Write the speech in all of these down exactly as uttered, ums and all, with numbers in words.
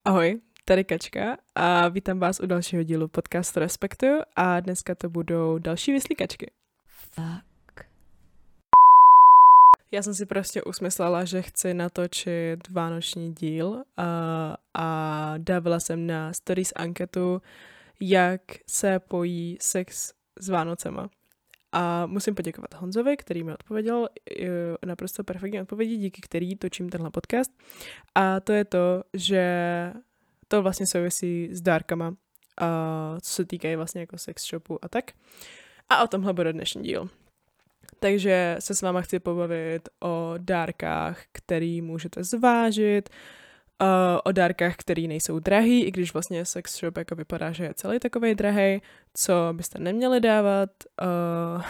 Ahoj, tady Kačka a vítám vás u dalšího dílu podcastu Respektuju a dneska to budou další vyslíkačky. Fuck. Já jsem si prostě usmyslela, že chci natočit vánoční díl a, a dávala jsem na stories anketu, jak se pojí sex s Vánocema. A musím poděkovat Honzovi, který mi odpověděl naprosto perfektní odpovědi, díky který točím tenhle podcast. A to je to, že to vlastně souvisí s dárkama, a co se týkají vlastně jako sex shopu a tak. A o tomhle bude dnešní díl. Takže se s váma chci pobavit o dárkách, který můžete zvážit, o dárkách, který nejsou drahý, i když vlastně sex shop jako vypadá, že je celý takovej drahý, co byste neměli dávat uh,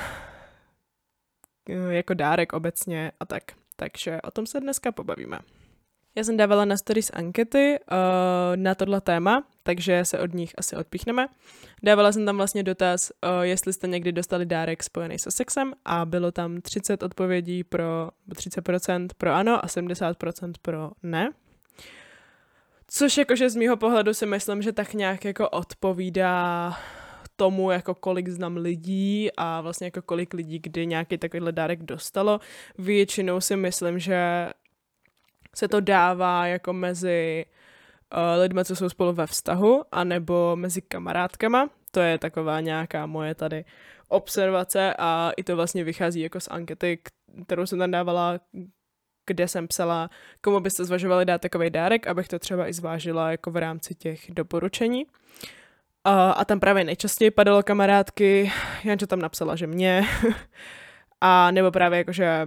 jako dárek obecně a tak. Takže o tom se dneska pobavíme. Já jsem dávala na stories ankety uh, na tohle téma, takže se od nich asi odpíchneme. Dávala jsem tam vlastně dotaz, uh, jestli jste někdy dostali dárek spojený se sexem a bylo tam třicet odpovědí pro, třicet procent pro ano a sedmdesát procent pro ne. Což jakože z mýho pohledu si myslím, že tak nějak jako odpovídá tomu, jako kolik znám lidí a vlastně jako kolik lidí kdy nějaký takovýhle dárek dostalo. Většinou si myslím, že se to dává jako mezi uh, lidmi, co jsou spolu ve vztahu, anebo mezi kamarádkama. To je taková nějaká moje tady observace a i to vlastně vychází jako z ankety, kterou jsem tam dávala, kde jsem psala, komu byste zvažovali dát takovej dárek, abych to třeba i zvážila jako v rámci těch doporučení. A, a tam právě nejčastěji padalo kamarádky, Janča tam napsala, že mě, a nebo právě jakože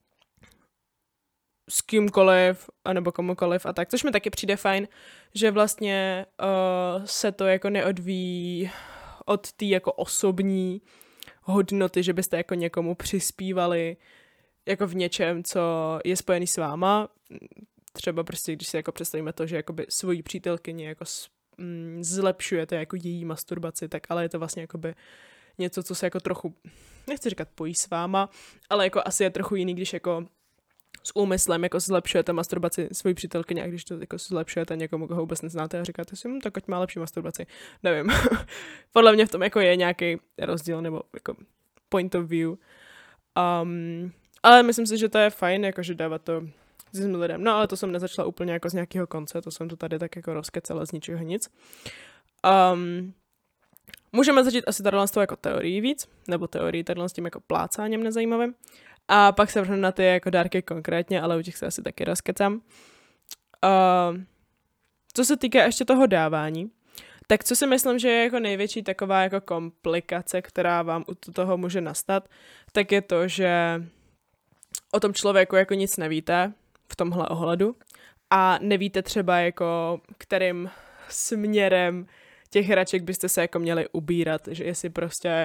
s kýmkoliv, anebo komukoliv a tak, což mi taky přijde fajn, že vlastně uh, se to jako neodvíjí od té jako osobní hodnoty, že byste jako někomu přispívali jako v něčem, co je spojený s váma. Třeba prostě, když si jako představíme to, že jakoby svojí přítelkyni jako mm, zlepšujete jako její masturbaci, tak ale je to vlastně jakoby něco, co se jako trochu, nechci říkat pojí s váma, ale jako asi je trochu jiný, když jako s úmyslem jako zlepšujete masturbaci svojí přítelkyně a když to jako zlepšujete někomu, koho vůbec neznáte a říkáte si, hm, tak ať má lepší masturbaci. Nevím. Podle mě v tom jako je nějaký rozdíl nebo jako point of view. Um, ale myslím si, že to je fajn, jakože dávat to s lidem. No ale to jsem nezačala úplně jako z nějakého konce, to jsem to tady tak jako rozkecala z ničeho nic. Um, můžeme začít asi tady s tou jako teorií víc, nebo teorií tady s tím jako plácáním nezajímavým. A pak se vrhnu na ty jako dárky konkrétně, ale u těch se asi taky rozkecám. Uh, co se týká ještě toho dávání, tak co si myslím, že je jako největší taková jako komplikace, která vám u toho může nastat, tak je to, že o tom člověku jako nic nevíte v tomhle ohledu a nevíte třeba jako kterým směrem těch hraček byste se jako měli ubírat, že jestli prostě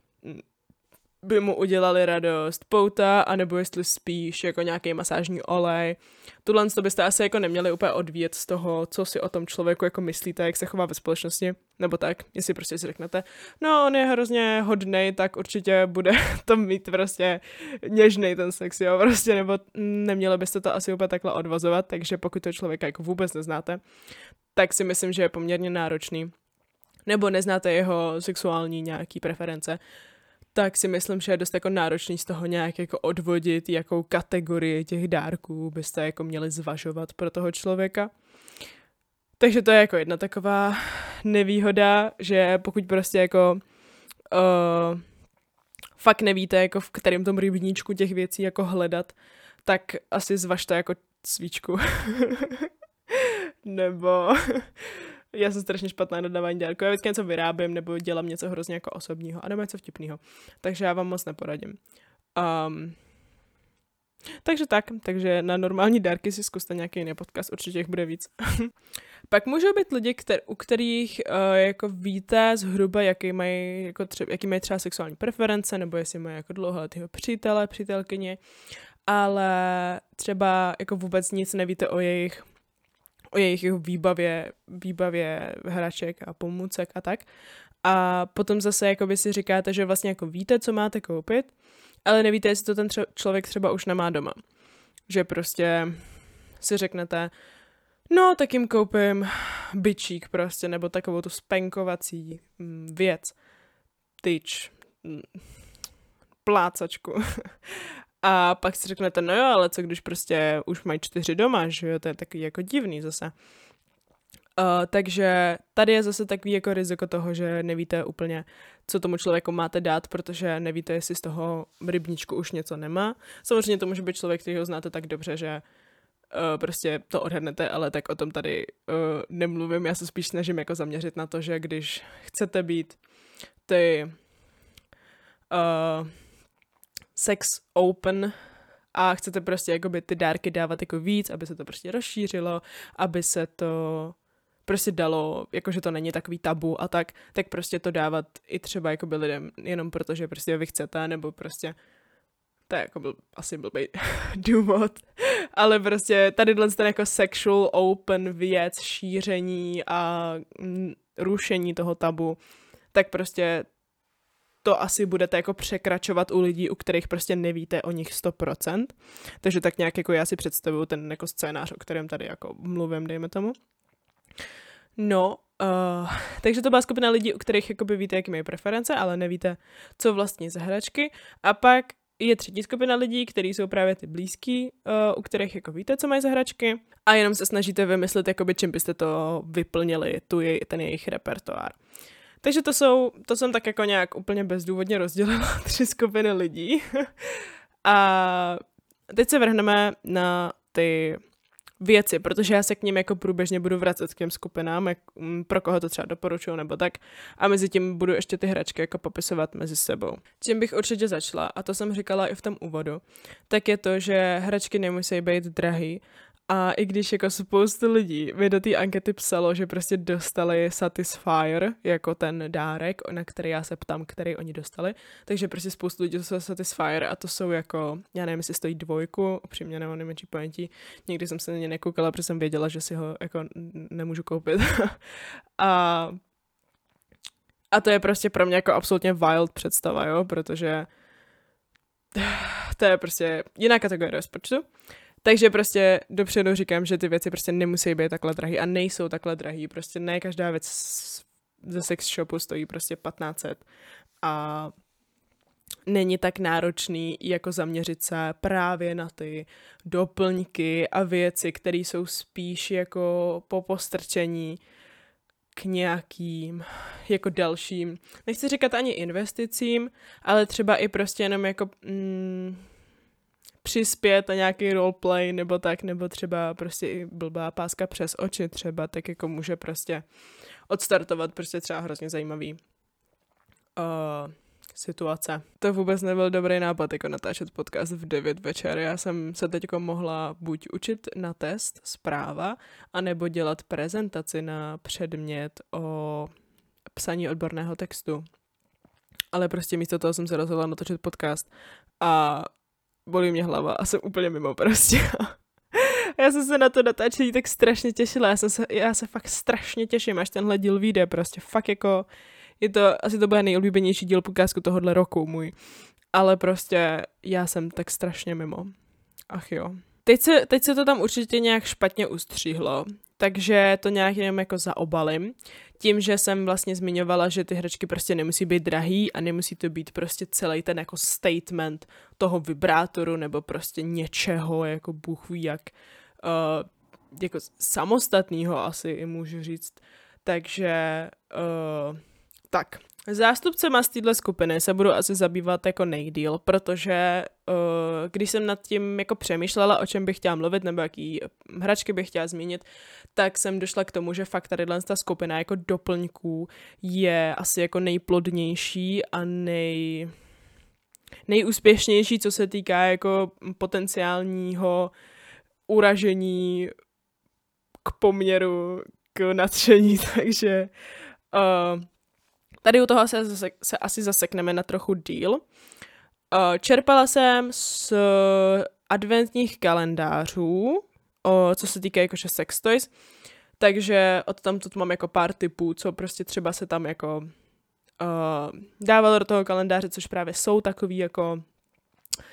by mu udělali radost pouta, anebo jestli spíš jako nějaký masážní olej. Tohle to byste asi jako neměli úplně odvíjet z toho, co si o tom člověku jako myslíte, jak se chová ve společnosti, nebo tak, jestli prostě si řeknete, no on je hrozně hodnej, tak určitě bude to mít prostě něžnej ten sex, jo, prostě, nebo neměli byste to asi úplně takhle odvozovat, takže pokud to člověka jako vůbec neznáte, tak si myslím, že je poměrně náročný, nebo neznáte jeho sexuální nějaký preference, tak si myslím, že je dost jako náročný z toho nějak jako odvodit, jakou kategorii těch dárků byste jako měli zvažovat pro toho člověka. Takže to je jako jedna taková nevýhoda, že pokud prostě jako uh, fakt nevíte, jako v kterém tom rybníčku těch věcí jako hledat, tak asi zvažte jako svíčku. Nebo já jsem strašně špatná na dávání dárku. Já vždycky něco vyrábím nebo dělám něco hrozně jako osobního a nebo něco vtipného. Takže já vám moc neporadím. Um, takže tak, takže na normální dárky si zkuste nějaký jiný podcast, určitě jich bude víc. Pak můžou být lidi, kter- u kterých uh, jako víte zhruba, jaký mají, jako tře- jaký mají třeba sexuální preference, nebo jestli mají jako dlouholetého přítele, přítelkyně, ale třeba jako vůbec nic nevíte o jejich o jejich výbavě, výbavě hraček a pomůcek a tak. A potom zase jakoby si říkáte, že vlastně jako víte, co máte koupit, ale nevíte, jestli to ten tře- člověk třeba už nemá doma. Že prostě si řeknete, No, tak jim koupím bičík prostě, nebo takovou tu spenkovací mm, věc. Tyč, mm, plácačku. A pak si řeknete, no jo, ale co když prostě už mají čtyři doma, že jo, to je takový jako divný zase. Uh, takže tady je zase takový jako riziko toho, že nevíte úplně, co tomu člověku máte dát, protože nevíte, jestli z toho rybníčku už něco nemá. Samozřejmě to může být člověk, který ho znáte tak dobře, že uh, prostě to odhadnete, ale tak o tom tady uh, nemluvím. Já se spíš snažím jako zaměřit na to, že když chcete být ty uh, sex open a chcete prostě jakoby ty dárky dávat jako víc, aby se to prostě rozšířilo, aby se to prostě dalo, jakože to není takový tabu a tak, tak prostě to dávat i třeba jakoby lidem, jenom protože prostě vy chcete, nebo prostě to je jako byl asi blbý důvod, ale prostě tady ten jako sexual open věc, šíření a mm, rušení toho tabu, tak prostě to asi budete jako překračovat u lidí, u kterých prostě nevíte o nich sto procent. Takže tak nějak jako já si představuju ten jako scénář, o kterém tady jako mluvím, dejme tomu. No, uh, takže to byla skupina lidí, u kterých jakoby víte, jaký mají preference, ale nevíte, co vlastně za hračky. A pak je třetí skupina lidí, kteří jsou právě ty blízký, uh, u kterých jako víte, co mají za hračky a jenom se snažíte vymyslet, jakoby, čím byste to vyplnili, tu jej, ten jejich repertoár. Takže to jsou, to jsem tak jako nějak úplně bezdůvodně rozdělila tři skupiny lidí. A teď se vrhneme na ty věci, protože já se k nim jako průběžně budu vracet k těm skupinám, jak, pro koho to třeba doporučuju nebo tak. A mezi tím budu ještě ty hračky jako popisovat mezi sebou. Čím bych určitě začala, a to jsem říkala i v tom úvodu, tak je to, že hračky nemusí být drahý. A i když jako spoustu lidí mi do té ankety psalo, že prostě dostali Satisfyer jako ten dárek, na který já se ptám, který oni dostali, takže prostě spoustu lidí dostali Satisfyer a to jsou jako, já nevím, jestli stojí dvojku, upřímně nemám nejmenší ponětí, nikdy jsem se na ně nekoukala, protože jsem věděla, že si ho jako nemůžu koupit. a, a to je prostě pro mě jako absolutně wild představa, jo, protože to je prostě jiná kategorie rozpočtu. Takže prostě dopředu říkám, že ty věci prostě nemusí být takhle drahý a nejsou takhle drahý. Prostě ne každá věc ze sex shopu stojí prostě patnáct set a není tak náročný jako zaměřit se právě na ty doplňky a věci, které jsou spíš jako po postrčení k nějakým jako dalším, nechci říkat ani investicím, ale třeba i prostě jenom jako mm, přispět na nějaký roleplay nebo tak, nebo třeba prostě i blbá páska přes oči třeba, tak jako může prostě odstartovat prostě třeba hrozně zajímavý uh, situace. To vůbec nebyl dobrý nápad, jako natáčet podcast v devět večer. Já jsem se teď mohla buď učit na test zpráva, anebo dělat prezentaci na předmět o psaní odborného textu. Ale prostě místo toho jsem se rozhodla natočit podcast a bolí mě hlava a jsem úplně mimo prostě. Já jsem se na to natáčení tak strašně těšila, já, jsem se, já se fakt strašně těším, až tenhle díl vyjde, prostě fakt jako, je to, asi to bude nejoblíbenější díl podcastu tohohle roku můj, ale prostě já jsem tak strašně mimo. Ach jo. Teď se, teď se to tam určitě nějak špatně ustříhlo, takže to nějak jenom jako zaobalím. Tím, že jsem vlastně zmiňovala, že ty hračky prostě nemusí být drahý a nemusí to být prostě celý ten jako statement toho vibrátoru nebo prostě něčeho, jako bůh ví jak, uh, jako samostatného asi i můžu říct. Takže uh, tak. Zástupcema z téhle skupiny se budu asi zabývat jako nejdýl, protože uh, když jsem nad tím jako přemýšlela, o čem bych chtěla mluvit nebo jaký hračky bych chtěla zmínit, tak jsem došla k tomu, že fakt tady ta skupina jako doplňků je asi jako nejplodnější a nej, nejúspěšnější, co se týká jako potenciálního uražení k poměru k nadšení, takže uh, tady u toho se, se, se asi zasekneme na trochu díl. Čerpala jsem z adventních kalendářů, o, co se týká jakože sex toys, takže od tamtud mám jako pár typů, co prostě třeba se tam jako uh, dávalo do toho kalendáře, což právě jsou takový jako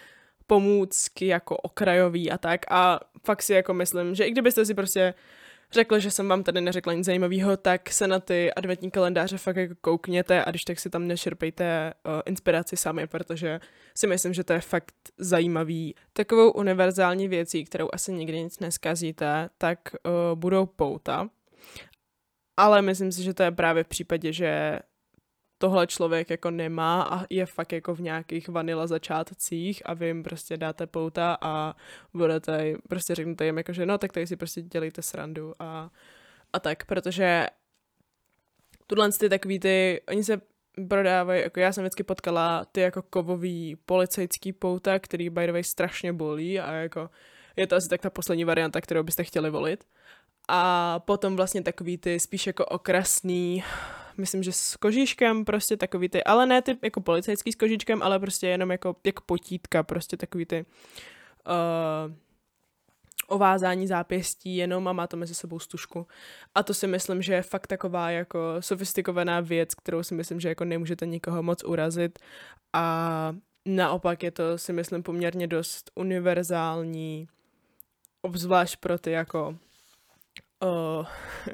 pomůcky jako okrajový a tak a fakt si jako myslím, že i kdybyste si prostě řekla, že jsem vám tady neřekla nic zajímavého, tak se na ty adventní kalendáře fakt jako koukněte a když tak si tam nečerpejte uh, inspiraci sami, protože si myslím, že to je fakt zajímavý. Takovou univerzální věcí, kterou asi nikdy nic neskazíte, tak uh, budou pouta. Ale myslím si, že to je právě v případě, že tohle člověk jako nemá a je fakt jako v nějakých vanila začátcích a vy jim prostě dáte pouta a budete, prostě řeknete jim jako, že no, tak tady si prostě dělejte srandu a, a tak, protože tuhle ty takový ty, oni se prodávají, jako já jsem vždycky potkala ty jako kovový policejský pouta, který by the way strašně bolí a jako je to asi tak ta poslední varianta, kterou byste chtěli volit. A potom vlastně takový ty spíš jako okrasný, myslím, že s kožíškem, prostě takový ty, ale ne ty jako policejský s kožíškem, ale prostě jenom jako, jako potítka, prostě takový ty uh, ovázání zápěstí jenom a má to mezi sebou stužku. A to si myslím, že je fakt taková jako sofistikovaná věc, kterou si myslím, že jako nemůžete nikoho moc urazit a naopak je to si myslím poměrně dost univerzální, obzvlášť pro ty jako uh,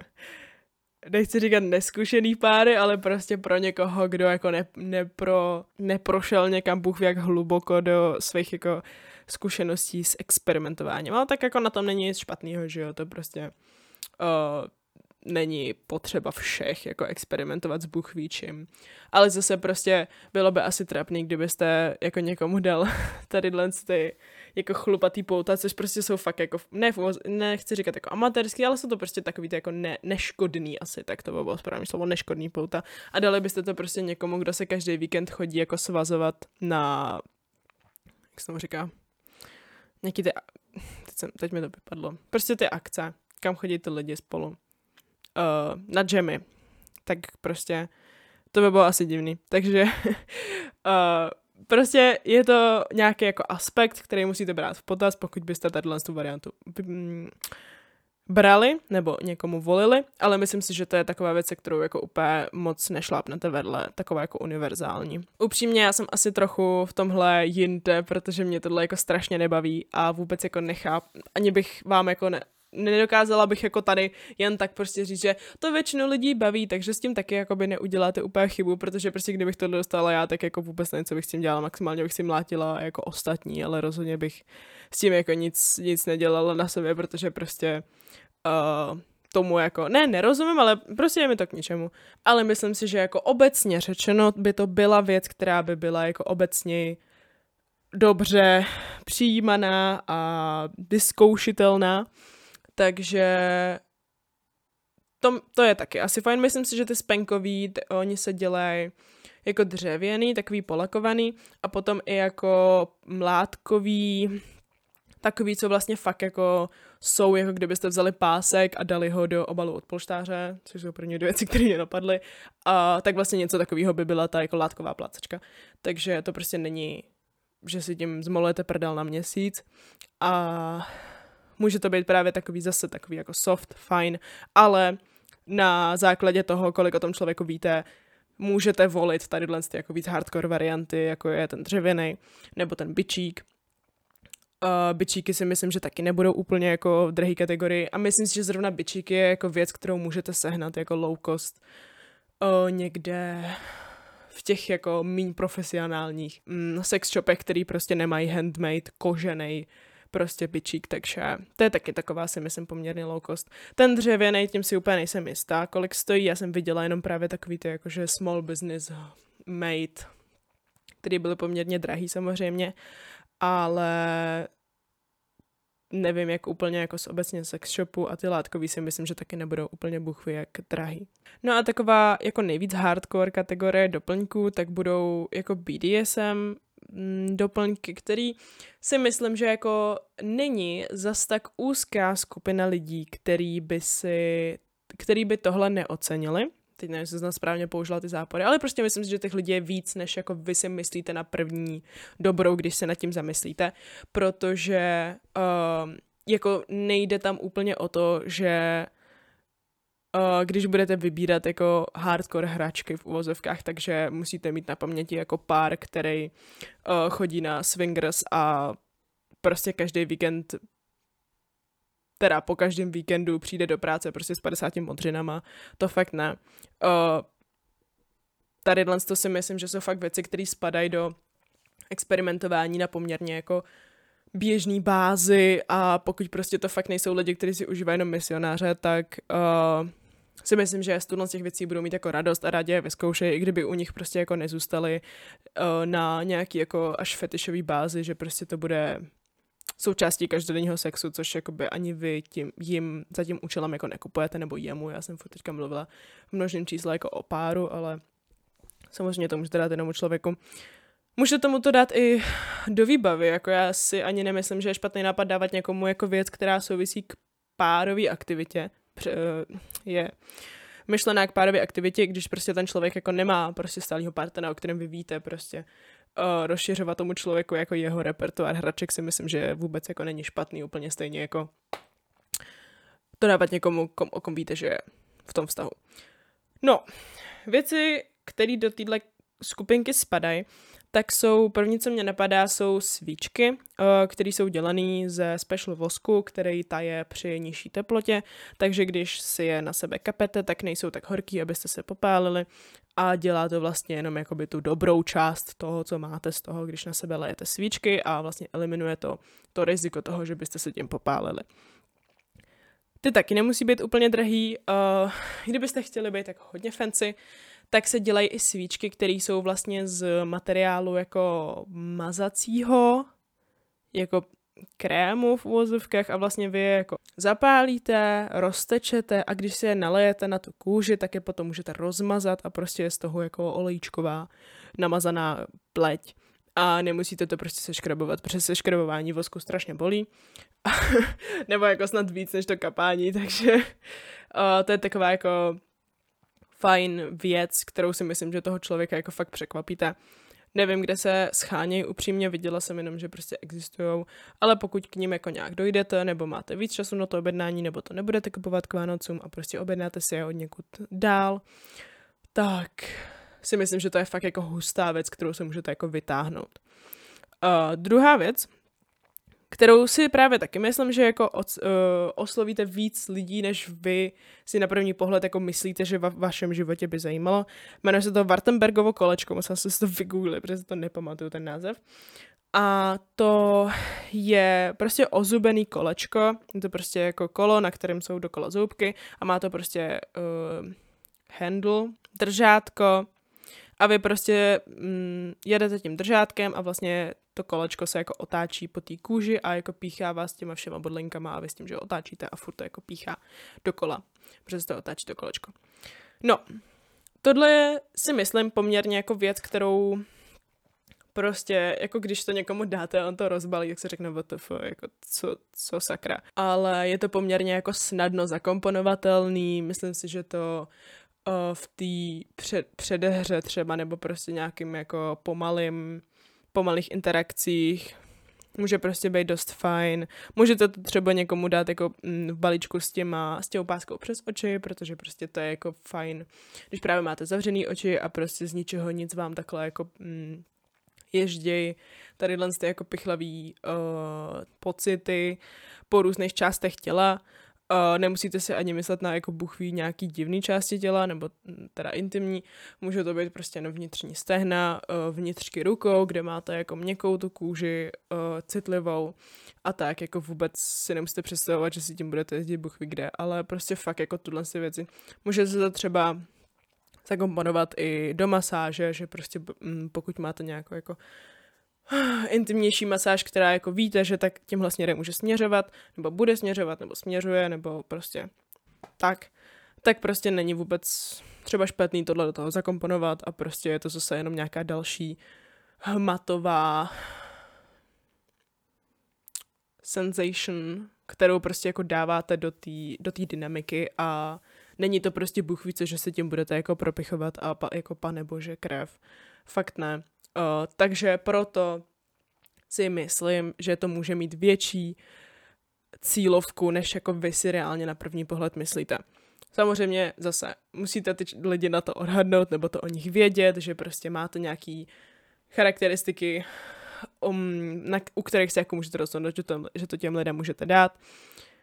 nechci říkat neskušený páry, ale prostě pro někoho, kdo jako ne, nepro, neprošel někam bůh jak hluboko do svých jako zkušeností s experimentováním. Ale tak jako na tom není nic špatného, že jo, to prostě uh, není potřeba všech jako experimentovat s bůh ví čím. Ale zase prostě bylo by asi trapný, kdybyste jako někomu dal tadyhle ty jako chlupatý pouta, což prostě jsou fakt jako, ne, nechci říkat jako amatérský, ale jsou to prostě takový ty jako ne, neškodný asi, tak to by bylo správně slovo, neškodný pouta. A dali byste to prostě někomu, kdo se každý víkend chodí jako svazovat na, jak se tomu říká, nějaký ty, teď, jsem, teď mi to vypadlo, prostě ty akce, kam chodí ty lidi spolu, uh, na džemy, tak prostě to by bylo asi divný. Takže uh, prostě je to nějaký jako aspekt, který musíte brát v potaz, pokud byste tadyhle tu variantu brali nebo někomu volili, ale myslím si, že to je taková věc, kterou jako úplně moc nešlápnete vedle, taková jako univerzální. Upřímně já jsem asi trochu v tomhle jinde, protože mě tohle jako strašně nebaví a vůbec jako necháp, ani bych vám jako ne, nedokázala bych jako tady jen tak prostě říct, že to většinu lidí baví, takže s tím taky jakoby neuděláte úplně chybu, protože prostě kdybych to dostala já, tak jako vůbec něco bych s tím dělala, maximálně bych si mlátila jako ostatní, ale rozhodně bych s tím jako nic, nic nedělala na sobě, protože prostě uh, tomu jako, ne, nerozumím, ale prostě je mi to k ničemu. Ale myslím si, že jako obecně řečeno by to byla věc, která by byla jako obecně dobře přijímaná a vyzkoušitelná. Takže to, to je taky asi fajn. Myslím si, že ty spenkový, ty, oni se dělají jako dřevěný, takový polakovaný a potom i jako mlátkový, takový, co vlastně fakt jako jsou, jako kdybyste vzali pásek a dali ho do obalu od polštáře, což jsou první dvě věci, které mě napadly, a tak vlastně něco takového by byla ta jako látková plácačka. Takže to prostě není, že si tím zmolujete prdel na měsíc a může to být právě takový zase takový jako soft, fajn, ale na základě toho, kolik o tom člověku víte, můžete volit tadyhle ty jako víc hardcore varianty, jako je ten dřevěný nebo ten bičík. Uh, bičíky si myslím, že taky nebudou úplně jako v drahý kategorii a myslím si, že zrovna bičík je jako věc, kterou můžete sehnat jako low cost uh, někde v těch jako míň profesionálních mm, sex shopech, který prostě nemají handmade, koženej prostě bičík, takže to je taky taková, si myslím, poměrně low cost. Ten dřevěnej, tím si úplně nejsem jistá, kolik stojí, já jsem viděla jenom právě takový ty jakože small business made, který byly poměrně drahý samozřejmě, ale nevím, jak úplně jako z obecně sex shopu a ty látkový si myslím, že taky nebudou úplně buchvy jak drahý. No a taková jako nejvíc hardcore kategorie doplňků, tak budou jako B D S M doplňky, který si myslím, že jako není zas tak úzká skupina lidí, který by si, který by tohle neocenili. Teď nevím, jestli jsem správně použila ty zápory, ale prostě myslím si, že těch lidí je víc, než jako vy si myslíte na první dobrou, když se nad tím zamyslíte, protože uh, jako nejde tam úplně o to, že Uh, když budete vybírat jako hardcore hračky v uvozovkách, takže musíte mít na paměti jako pár, který uh, chodí na swingers a prostě každý víkend teda po každém víkendu přijde do práce prostě s padesáti modřinama, to fakt ne. Uh, tady to si myslím, že jsou fakt věci, které spadají do experimentování na poměrně jako běžný bázi a pokud prostě to fakt nejsou lidi, kteří si užívají jenom misionáře, tak uh, si myslím, že z těch věcí budou mít jako radost a rádi je vyzkoušejí, i kdyby u nich prostě jako nezůstali uh, na nějaký jako až fetišový bázi, že prostě to bude součástí každodenního sexu, což jakoby ani vy tím, jim za tím účelem jako nekupujete, nebo jemu, já jsem furt teďka mluvila v množném čísle jako o páru, ale samozřejmě to můžete dát jednomu člověku. Můžete tomu to dát i do výbavy, jako já si ani nemyslím, že je špatný nápad dávat někomu jako věc, která souvisí k párové aktivitě, je myšlená k párové aktivitě, když prostě ten člověk jako nemá prostě stálýho partnera, o kterém vy víte, prostě uh, rozšiřovat tomu člověku jako jeho repertoár hraček si myslím, že vůbec jako není špatný, úplně stejně jako to dávat někomu, kom, o kom víte, že je v tom vztahu. No, věci, které do téhle skupinky spadají, tak jsou, první, co mě napadá, jsou svíčky, které jsou dělané ze special vosku, který taje při nižší teplotě, takže když si je na sebe kapete, tak nejsou tak horký, abyste se popálili a dělá to vlastně jenom jakoby tu dobrou část toho, co máte z toho, když na sebe lejete svíčky a vlastně eliminuje to, to riziko toho, že byste se tím popálili. Ty taky nemusí být úplně drahý, uh, kdybyste chtěli být tak hodně fancy, tak se dělají i svíčky, které jsou vlastně z materiálu jako mazacího, jako krému v uvozovkách a vlastně vy je jako zapálíte, roztečete a když si je nalejete na tu kůži, tak je potom můžete rozmazat a prostě je z toho jako olejčková namazaná pleť. A nemusíte to prostě seškrabovat, protože seškrabování vosku strašně bolí. Nebo jako snad víc než to kapání, takže uh, to je taková jako fajn věc, kterou si myslím, že toho člověka jako fakt překvapíte. Nevím, kde se schánějí, upřímně viděla jsem jenom, že prostě existujou, ale pokud k ním jako nějak dojdete, nebo máte víc času na to objednání, nebo to nebudete kupovat k Vánocům a prostě objednáte si je od někud dál, tak si myslím, že to je fakt jako hustá věc, kterou si můžete jako vytáhnout. Uh, druhá věc, kterou si právě taky myslím, že jako od, uh, oslovíte víc lidí, než vy si na první pohled jako myslíte, že va- vašem životě by zajímalo. Jmenuje se to Wartenbergovo kolečko, musela jsem si to vygooglit, protože si to nepamatuju ten název. A to je prostě ozubený kolečko, je to prostě jako kolo, na kterém jsou dokola zoubky a má to prostě uh, handle, držátko a vy prostě mm, jedete tím držátkem a vlastně to kolečko se jako otáčí po té kůži a jako píchá vás těma všema bodlinkama a vy s tím, že ho otáčíte a furt to jako píchá dokola, protože se to otáčí to kolečko. No, tohle je si myslím poměrně jako věc, kterou prostě, jako když to někomu dáte a on to rozbalí, tak se řekne W T F, jako co, co sakra. Ale je to poměrně jako snadno zakomponovatelný, myslím si, že to uh, v té před, předehře třeba nebo prostě nějakým jako pomalým pomalých interakcích může prostě být dost fajn. Můžete to třeba někomu dát jako v balíčku s těma, s těma páskou přes oči, protože prostě to je jako fajn, když právě máte zavřený oči a prostě z ničeho nic vám takhle jako mm, ježděj tadyhle ty jako pichlavý uh, pocity po různých částech těla. Uh, nemusíte si ani myslet na jako buchví nějaký divný části těla, nebo teda intimní. Může to být prostě no vnitřní stehna, uh, vnitřky rukou, kde máte jako měkkou tu kůži, uh, citlivou a tak jako vůbec si nemusíte představovat, že si tím budete jezdit buchví kde, ale prostě fakt jako tuhle si věci. Můžete se to třeba zakomponovat i do masáže, že prostě m, pokud máte nějakou jako intimnější masáž, která jako víte, že tak tímhle směrem může směřovat, nebo bude směřovat, nebo směřuje, nebo prostě tak, tak prostě není vůbec třeba špatný tohle do toho zakomponovat a prostě je to zase jenom nějaká další hmatová sensation, kterou prostě jako dáváte do té do té dynamiky a není to prostě bůh více, že se tím budete jako propichovat a pa, jako panebože krev. Fakt ne. Uh, takže proto si myslím, že to může mít větší cílovku, než jako vy si reálně na první pohled myslíte. Samozřejmě zase musíte ty lidi na to odhadnout, nebo to o nich vědět, že prostě máte nějaký charakteristiky, um, na, u kterých se jako můžete rozhodnout, že to, že to těm lidem můžete dát.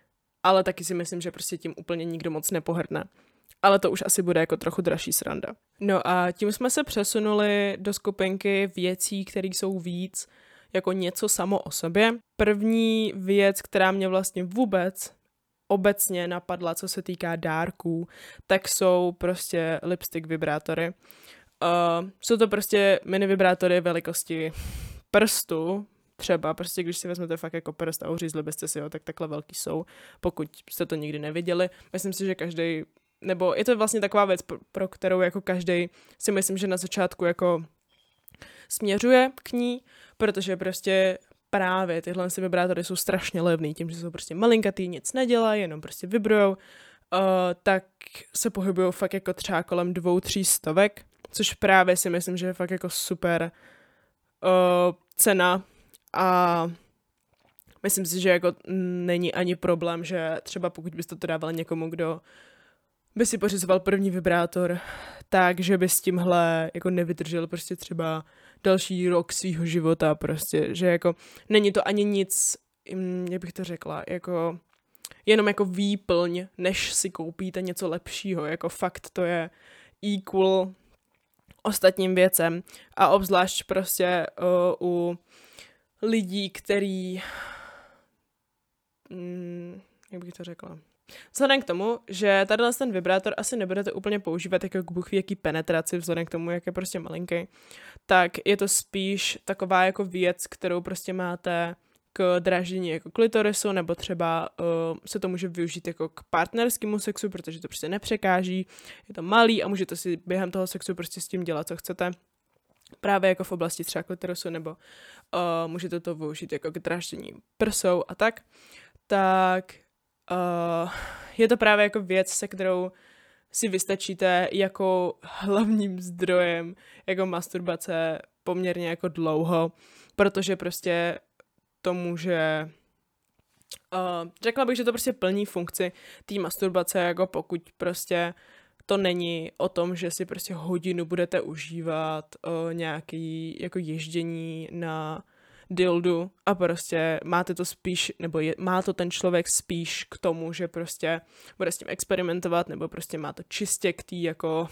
ale taky si myslím, že prostě tím úplně nikdo moc nepohrdne. Ale to už asi bude jako trochu dražší sranda. No a tím jsme se přesunuli do skupinky věcí, které jsou víc jako něco samo o sobě. První věc, která mě vlastně vůbec obecně napadla, co se týká dárků, tak jsou prostě lipstick vibrátory. Uh, jsou to prostě mini vibrátory velikosti prstu, třeba prostě když si vezmete fakt jako prst a uřízli byste si ho, tak takhle velký jsou, pokud jste to nikdy neviděli. Myslím si, že každý, nebo je to vlastně taková věc, pro, pro kterou jako každý si myslím, že na začátku jako směřuje k ní, protože prostě právě tyhle si vibrátory jsou strašně levný, tím, že jsou prostě malinkatý, nic nedělají, jenom prostě vibrujou, uh, tak se pohybují fakt jako třeba kolem dvou, tří stovek, což právě si myslím, že je fakt jako super uh, cena a myslím si, že jako není ani problém, že třeba pokud byste to dával někomu, kdo by si pořizoval první vibrátor, takže by s tímhle jako nevydržel prostě třeba další rok svýho života prostě, že jako není to ani nic, jak bych to řekla, jako jenom jako výplň, než si koupíte něco lepšího, jako fakt to je equal ostatním věcem a obzvlášť prostě uh, u lidí, který mm, jak bych to řekla, vzhledem k tomu, že tady ten vibrátor asi nebudete úplně používat jako k bůh ví jaký penetraci, vzhledem k tomu, jak je prostě malinký, tak je to spíš taková jako věc, kterou prostě máte k dražení jako klitorisu, nebo třeba uh, se to může využít jako k partnerskému sexu, protože to prostě nepřekáží, je to malý a můžete si během toho sexu prostě s tím dělat, co chcete. Právě jako v oblasti třeba klitorisu, nebo uh, můžete to využít jako k draždění prsou a tak. Tak Uh, je to právě jako věc, se kterou si vystačíte jako hlavním zdrojem jako masturbace poměrně jako dlouho, protože prostě to může uh, řekla bych, že to prostě plní funkci té masturbace, jako pokud prostě to není o tom, že si prostě hodinu budete užívat uh, nějaký jako ježdění na dildu a prostě máte to spíš, nebo je, má to ten člověk spíš k tomu, že prostě bude s tím experimentovat, nebo prostě má to čistě k tý jako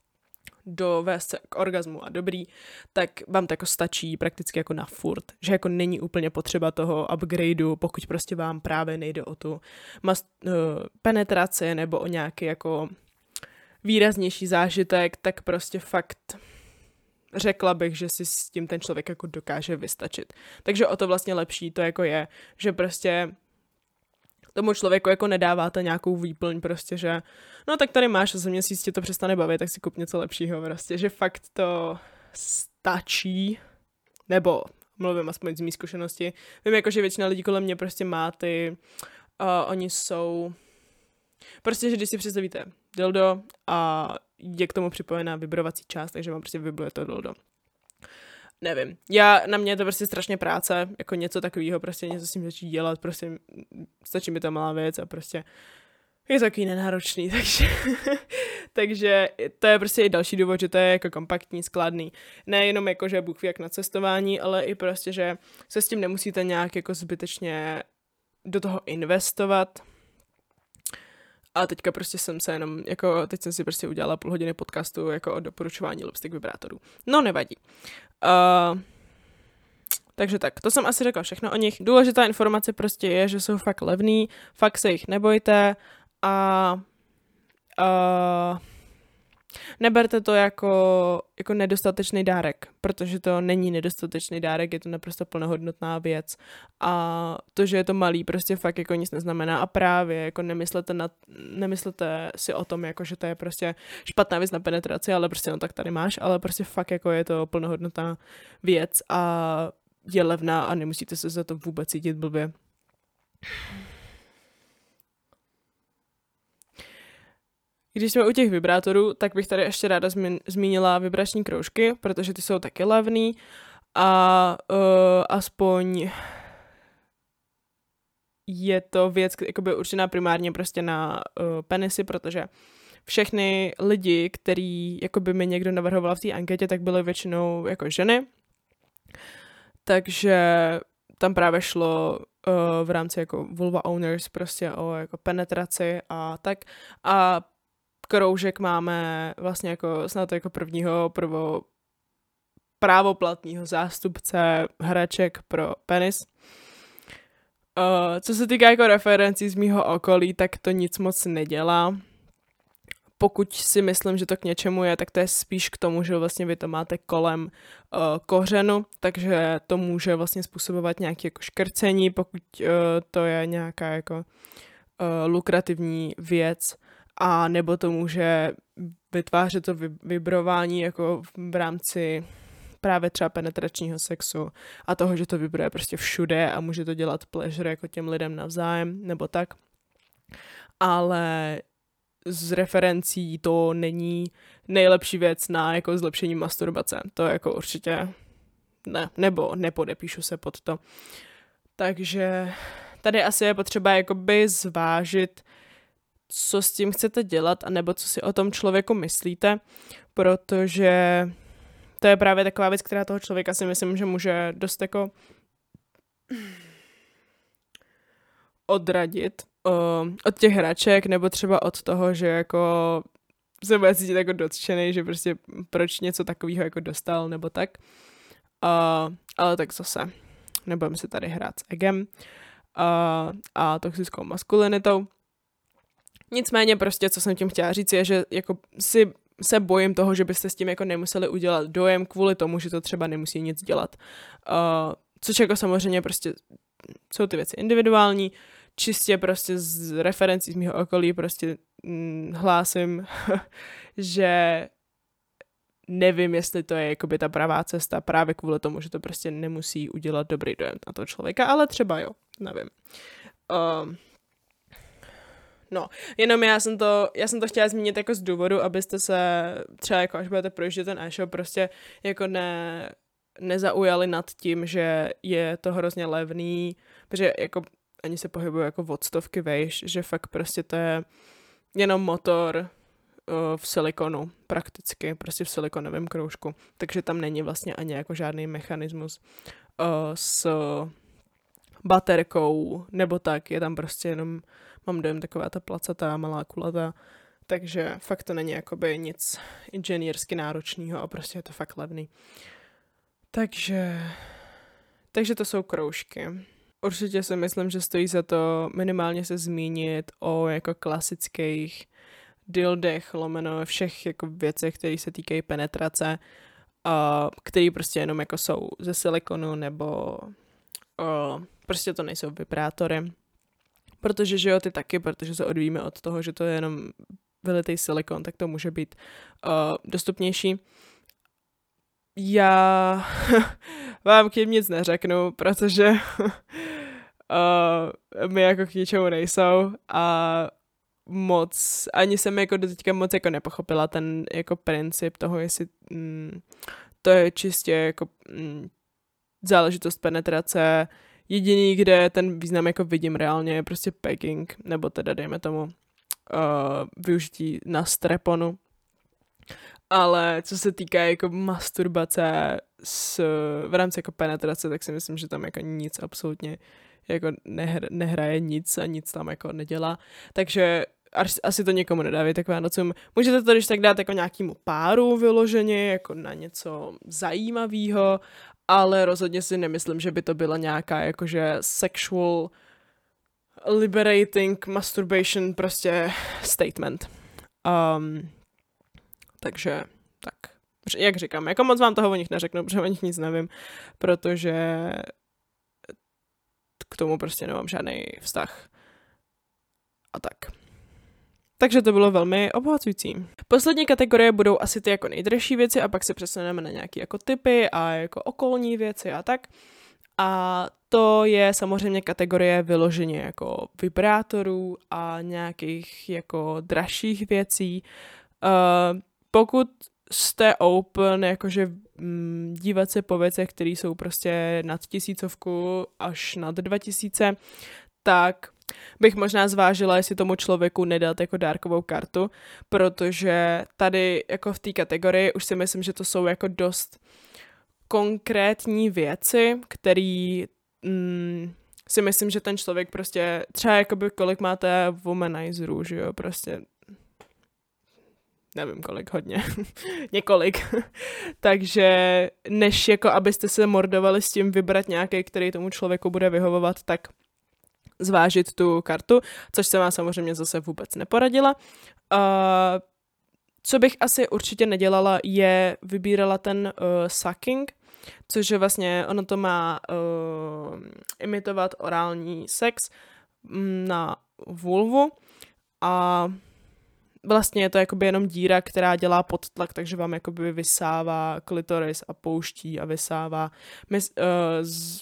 dovést se k orgazmu a dobrý, tak vám to jako stačí prakticky jako na furt, že jako není úplně potřeba toho upgradeu, pokud prostě vám právě nejde o tu mas- uh, penetraci nebo o nějaký jako výraznější zážitek, tak prostě fakt řekla bych, že si s tím ten člověk jako dokáže vystačit. Takže o to vlastně lepší to jako je, že prostě tomu člověku jako nedáváte nějakou výplň prostě, že no tak tady máš a za měsíc tě to přestane bavit, tak si kup něco lepšího prostě, že fakt to stačí, nebo mluvím aspoň z mý zkušenosti. Vím jako, že většina lidí kolem mě prostě má ty, uh, oni jsou prostě, že když si představíte dildo a je k tomu připojená vibrovací část, takže vám prostě vibruje to dildo. Nevím. Já, na mě je to prostě strašně práce, jako něco takového, prostě něco s tím začít dělat, prostě stačí mi ta malá věc a prostě je to takový nenáročný, takže, takže to je prostě i další důvod, že to je jako kompaktní, skladný. Nejenom jako, že bůh ví jak na cestování, ale i prostě, že se s tím nemusíte nějak jako zbytečně do toho investovat. A teďka prostě jsem se jenom, jako teď jsem si prostě udělala půl hodiny podcastu jako o doporučování lipstick vibrátorů. No nevadí. Uh, takže tak, to jsem asi řekla všechno o nich. Důležitá informace prostě je, že jsou fakt levný, fakt se jich nebojte a uh, neberte to jako, jako nedostatečný dárek, protože to není nedostatečný dárek, je to naprosto plnohodnotná věc a to, že je to malý, prostě fakt jako nic neznamená a právě jako nemyslete, na, nemyslete si o tom, jako že to je prostě špatná věc na penetraci, ale prostě no tak tady máš, ale prostě fakt jako je to plnohodnotná věc a je levná a nemusíte se za to vůbec cítit blbě. Když jsme u těch vibrátorů, tak bych tady ještě ráda zmi- zmínila vibrační kroužky, protože ty jsou taky levný a uh, aspoň je to věc jakoby určená primárně prostě na uh, penisy, protože všechny lidi, který jakoby mi někdo navrhoval v té anketě, tak byly většinou jako ženy. Takže tam právě šlo v rámci jako vulva owners, prostě o jako penetraci a tak. A kroužek máme vlastně jako snad jako prvního prvo právoplatného zástupce hraček pro penis. Uh, co se týká jako referencí z mýho okolí, tak to nic moc nedělá. Pokud si myslím, že to k něčemu je, tak to je spíš k tomu, že vlastně vy to máte kolem uh, kořenu, takže to může vlastně způsobovat nějaké jako škrcení, pokud uh, to je nějaká jako uh, lukrativní věc, a nebo to může vytvářet to vibrování jako v rámci právě třeba penetračního sexu a toho, že to vibruje prostě všude a může to dělat pleasure jako těm lidem navzájem, nebo tak. Ale z referencí to není nejlepší věc na jako zlepšení masturbace. To jako určitě ne, nebo nepodepíšu se pod to. Takže tady asi je potřeba jakoby zvážit, co s tím chcete dělat, anebo co si o tom člověku myslíte, protože to je právě taková věc, která toho člověka si myslím, že může dost jako odradit uh, od těch hraček, nebo třeba od toho, že jako se bude cítit jako dotčený, že prostě proč něco takového jako dostal, nebo tak. Uh, ale tak zase, nebudeme se tady hrát s egem uh, a toxickou maskulinitou. Nicméně prostě, co jsem tím chtěla říct, je, že jako si se bojím toho, že byste s tím jako nemuseli udělat dojem kvůli tomu, že to třeba nemusí nic dělat. Uh, což jako samozřejmě prostě jsou ty věci individuální, čistě prostě z referencí z mého okolí prostě hm, hlásím, že nevím, jestli to je jakoby ta pravá cesta právě kvůli tomu, že to prostě nemusí udělat dobrý dojem na toho člověka, ale třeba jo, nevím. Uh, No, jenom já jsem to, já jsem to chtěla zmínit jako z důvodu, abyste se třeba jako až budete projíždět ten e-shop, prostě jako ne, nezaujali nad tím, že je to hrozně levný, protože jako ani se pohybují jako od stovky vejš, že fakt prostě to je jenom motor uh, v silikonu, prakticky, prostě v silikonovém kroužku, takže tam není vlastně ani jako žádný mechanismus uh, s baterkou, nebo tak, je tam prostě jenom, mám dojem, taková ta placatá, malá kulata, takže fakt to není jakoby nic inženýrsky náročného a prostě je to fakt levný. Takže, takže to jsou kroužky. Určitě si myslím, že stojí za to minimálně se zmínit o jako klasických dildech, lomeno všech jako věcech, které se týkají penetrace, a které prostě jenom jako jsou ze silikonu nebo o, prostě to nejsou vibrátory. Protože, že jo, ty taky, protože se odvíjíme od toho, že to je jenom vylitý silikon, tak to může být uh, dostupnější. Já vám k tím nic neřeknu, protože uh, my jako k ničemu nejsou a moc, ani jsem jako do teďka moc jako nepochopila ten jako princip toho, jestli mm, to je čistě jako mm, záležitost penetrace. Jediný, kde ten význam jako vidím reálně, je prostě pegging, nebo teda dejme tomu uh, využití na streponu. Ale co se týká jako masturbace s, v rámci jako penetrace, tak si myslím, že tam jako nic absolutně jako nehr, nehraje nic a nic tam jako nedělá. Takže asi to někomu nedávíte k Vánocům. Můžete to když tak dát jako nějakému páru vyloženě, jako na něco zajímavého, ale rozhodně si nemyslím, že by to byla nějaká jakože sexual liberating masturbation prostě statement. Um, takže tak, jak říkám, jako moc vám toho o nich neřeknu, protože o nich nic nevím, protože k tomu prostě nemám žádný vztah. A tak. Takže to bylo velmi obohacující. Poslední kategorie budou asi ty jako nejdražší věci a pak se přesuneme na nějaké jako typy a jako okolní věci a tak. A to je samozřejmě kategorie vyloženě jako vibrátorů a nějakých jako dražších věcí. Uh, pokud jste open, jakože mm, dívat se po věcech, které jsou prostě nad tisícovku až nad dva tisíce, tak bych možná zvážila, jestli tomu člověku nedat jako dárkovou kartu, protože tady jako v té kategorii už si myslím, že to jsou jako dost konkrétní věci, které mm, si myslím, že ten člověk prostě, třeba jakoby kolik máte womanizerů, že jo, prostě nevím kolik, hodně, několik. Takže než jako abyste se mordovali s tím vybrat nějaký, který tomu člověku bude vyhovovat, tak zvážit tu kartu, což jsem vám samozřejmě zase vůbec neporadila. Uh, co bych asi určitě nedělala, je vybírala ten uh, sucking, což je vlastně, ono to má uh, imitovat orální sex na vulvu a vlastně je to jakoby jenom díra, která dělá podtlak, takže vám jakoby vysává klitoris a pouští a vysává. My, uh, z...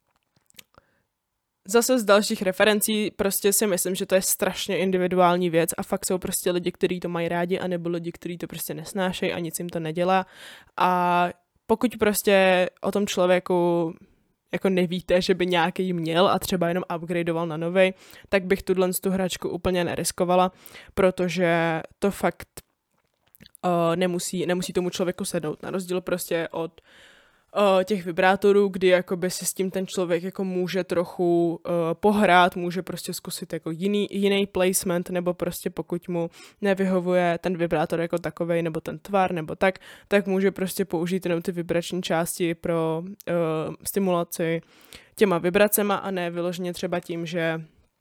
Zase z dalších referencí prostě si myslím, že to je strašně individuální věc a fakt jsou prostě lidi, kteří to mají rádi a nebo lidi, kteří to prostě nesnášejí a nic jim to nedělá. A pokud prostě o tom člověku jako nevíte, že by nějaký měl a třeba jenom upgradeoval na novej, tak bych tuhle tu hračku úplně neriskovala, protože to fakt uh, nemusí, nemusí tomu člověku sednout. Na rozdíl prostě od uh, těch vibrátorů, kdy jakoby si s tím ten člověk jako může trochu uh, pohrát, může prostě zkusit jako jiný, jiný placement, nebo prostě pokud mu nevyhovuje ten vibrátor jako takovej, nebo ten tvar, nebo tak, tak může prostě použít jenom ty vibrační části pro uh, stimulaci těma vibracema a ne vyloženě třeba tím, že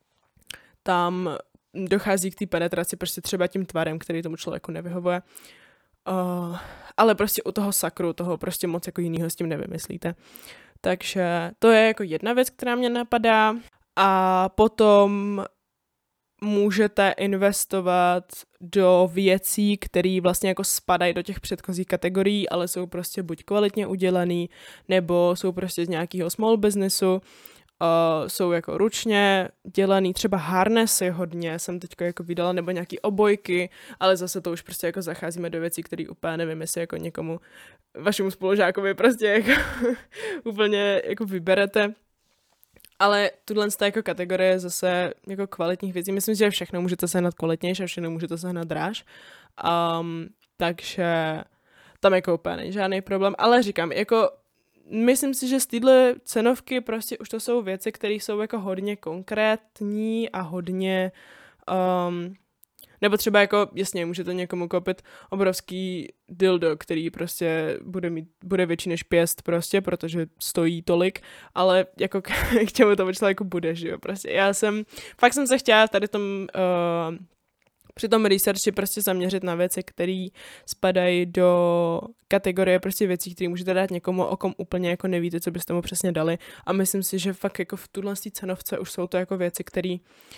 tam dochází k té penetraci prostě třeba tím tvarem, který tomu člověku nevyhovuje. Uh, ale prostě u toho sakru, toho prostě moc jako jinýho s tím nevymyslíte. Takže to je jako jedna věc, která mě napadá. A potom můžete investovat do věcí, které vlastně jako spadají do těch předchozích kategorií, ale jsou prostě buď kvalitně udělaný, nebo jsou prostě z nějakého small businessu, uh, jsou jako ručně dělaný, třeba harnessy hodně jsem teďko jako vydala, nebo nějaký obojky, ale zase to už prostě jako zacházíme do věcí, které úplně nevím, jestli jako někomu, vašemu spolužákovi prostě jako úplně jako vyberete. Ale tuhle jako kategorie zase jako kvalitních věcí, myslím, že všechno můžete sehnat kvalitnější a všechno můžete sehnat dráž. Um, takže tam jako úplně není žádný problém, ale říkám, jako myslím si, že z téhle cenovky prostě už to jsou věci, které jsou jako hodně konkrétní a hodně um, nebo třeba jako, jasně, můžete někomu koupit obrovský dildo, který prostě bude mít, bude větší než pěst prostě, protože stojí tolik, ale jako k čemu to člověku bude, že jo, prostě. Já jsem, fakt jsem se chtěla tady tom, uh, při tom researchi prostě zaměřit na věci, které spadají do kategorie prostě věcí, které můžete dát někomu, o kom úplně jako nevíte, co byste mu přesně dali. A myslím si, že fakt jako v tuhle cenovce už jsou to jako věci, které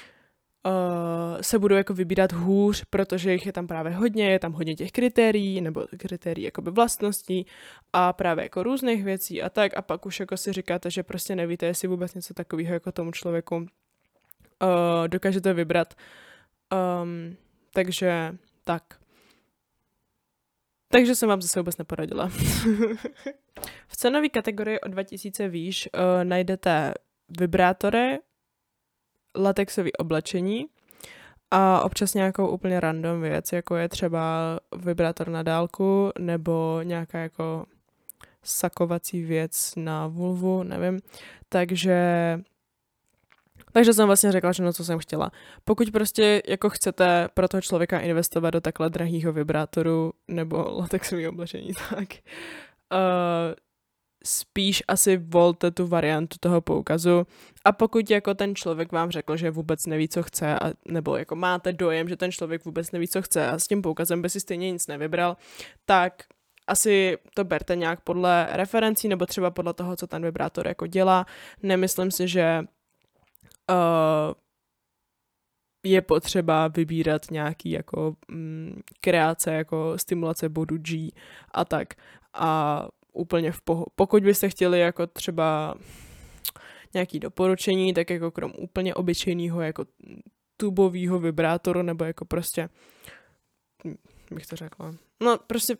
Uh, se budou jako vybírat hůř, protože jich je tam právě hodně, je tam hodně těch kritérií, nebo kritérií jakoby vlastností a právě jako různých věcí a tak a pak už jako si říkáte, že prostě nevíte, jestli vůbec něco takového jako tomu člověku uh, dokážete vybrat. Um, takže tak. Takže jsem vám zase vůbec neporadila. V cenové kategorii o dva tisíce výš uh, najdete vibrátory, latexové oblečení a občas nějakou úplně random věc, jako je třeba vibrátor na dálku nebo nějaká jako sakovací věc na vulvu, nevím. Takže takže jsem vlastně řekla, že no, co jsem chtěla. Pokud prostě jako chcete pro toho člověka investovat do takhle drahýho vibrátoru nebo latexového oblečení, tak uh, spíš asi volte tu variantu toho poukazu a pokud jako ten člověk vám řekl, že vůbec neví, co chce a, nebo jako máte dojem, že ten člověk vůbec neví, co chce a s tím poukazem by si stejně nic nevybral, tak asi to berte nějak podle referencí nebo třeba podle toho, co ten vibrátor jako dělá. Nemyslím si, že uh, je potřeba vybírat nějaký jako mm, kreace, jako stimulace bodu G a tak a úplně v poho- pokud byste chtěli jako třeba nějaký doporučení, tak jako krom úplně obyčejného jako tubového vibrátoru, nebo jako prostě bych to řekla, no prostě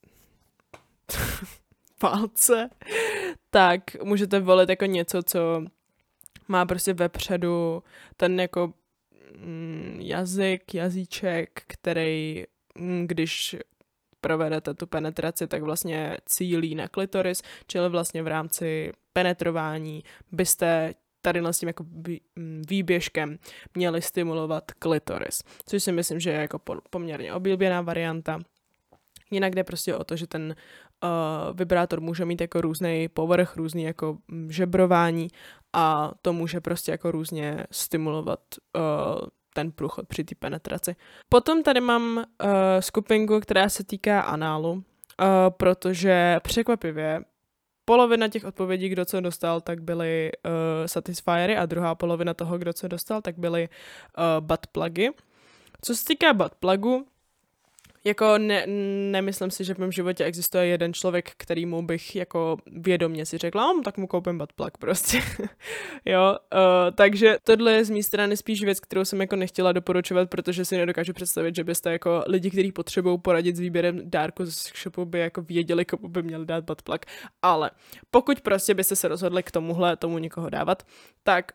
palce, tak můžete volit jako něco, co má prostě vepředu ten jako mm, jazyk, jazyček, který mm, když provedete tu penetraci, tak vlastně cílí na klitoris, čili vlastně v rámci penetrování byste tady s tím jako výběžkem měli stimulovat klitoris, což si myslím, že je jako poměrně oblíbená varianta. Jinak jde prostě o to, že ten uh, vibrátor může mít jako různý povrch, různý jako žebrování a to může prostě jako různě stimulovat uh, ten průchod při té penetraci. Potom tady mám uh, skupinku, která se týká análu, uh, protože překvapivě polovina těch odpovědí, kdo co dostal, tak byly uh, satisfiery a druhá polovina toho, kdo co dostal, tak byly uh, butt plugy. Co se týká butt plugu, jako ne, nemyslím si, že v mém životě existuje jeden člověk, kterýmu bych jako vědomě si řekla, oh, tak mu koupím butt plug prostě. jo, uh, takže tohle je z mé strany spíš věc, kterou jsem jako nechtěla doporučovat, protože si nedokážu představit, že byste jako lidi, kteří potřebují poradit s výběrem dárku z shopu, by jako věděli, komu by měli dát butt plug. Ale pokud prostě byste se rozhodli k tomuhle, tomu někoho dávat, tak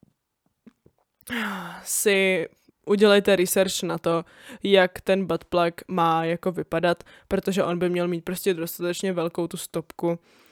si udělejte research na to, jak ten butt plug má jako vypadat, protože on by měl mít prostě dostatečně velkou tu stopku uh,